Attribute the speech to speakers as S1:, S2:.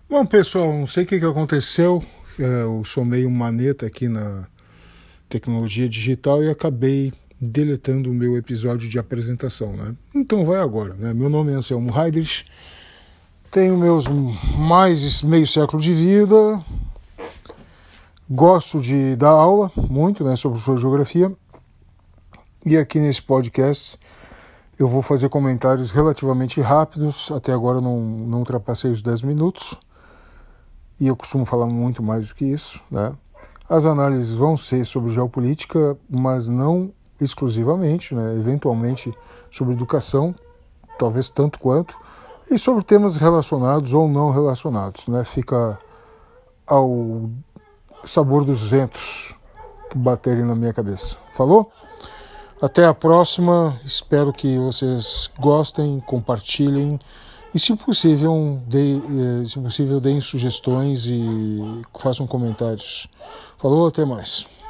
S1: Bom, pessoal, não sei o que aconteceu. Eu sou meio maneta aqui na tecnologia digital e acabei deletando o meu episódio de apresentação, né? Então vai agora, né? Meu nome é Anselmo Heidrich, tenho meus mais meio século de vida, gosto de dar aula muito, né, sobre geografia, e aqui nesse podcast eu vou fazer comentários relativamente rápidos. Até agora não ultrapassei os 10 minutos. E eu costumo falar muito mais do que isso, né? As análises vão ser sobre geopolítica, mas não exclusivamente, né? Eventualmente sobre educação, talvez tanto quanto, e sobre temas relacionados ou não relacionados, né? Fica ao sabor dos ventos que baterem na minha cabeça. Falou? Até a próxima, espero que vocês gostem, compartilhem e, se possível, deem sugestões e façam comentários. Falou, até mais.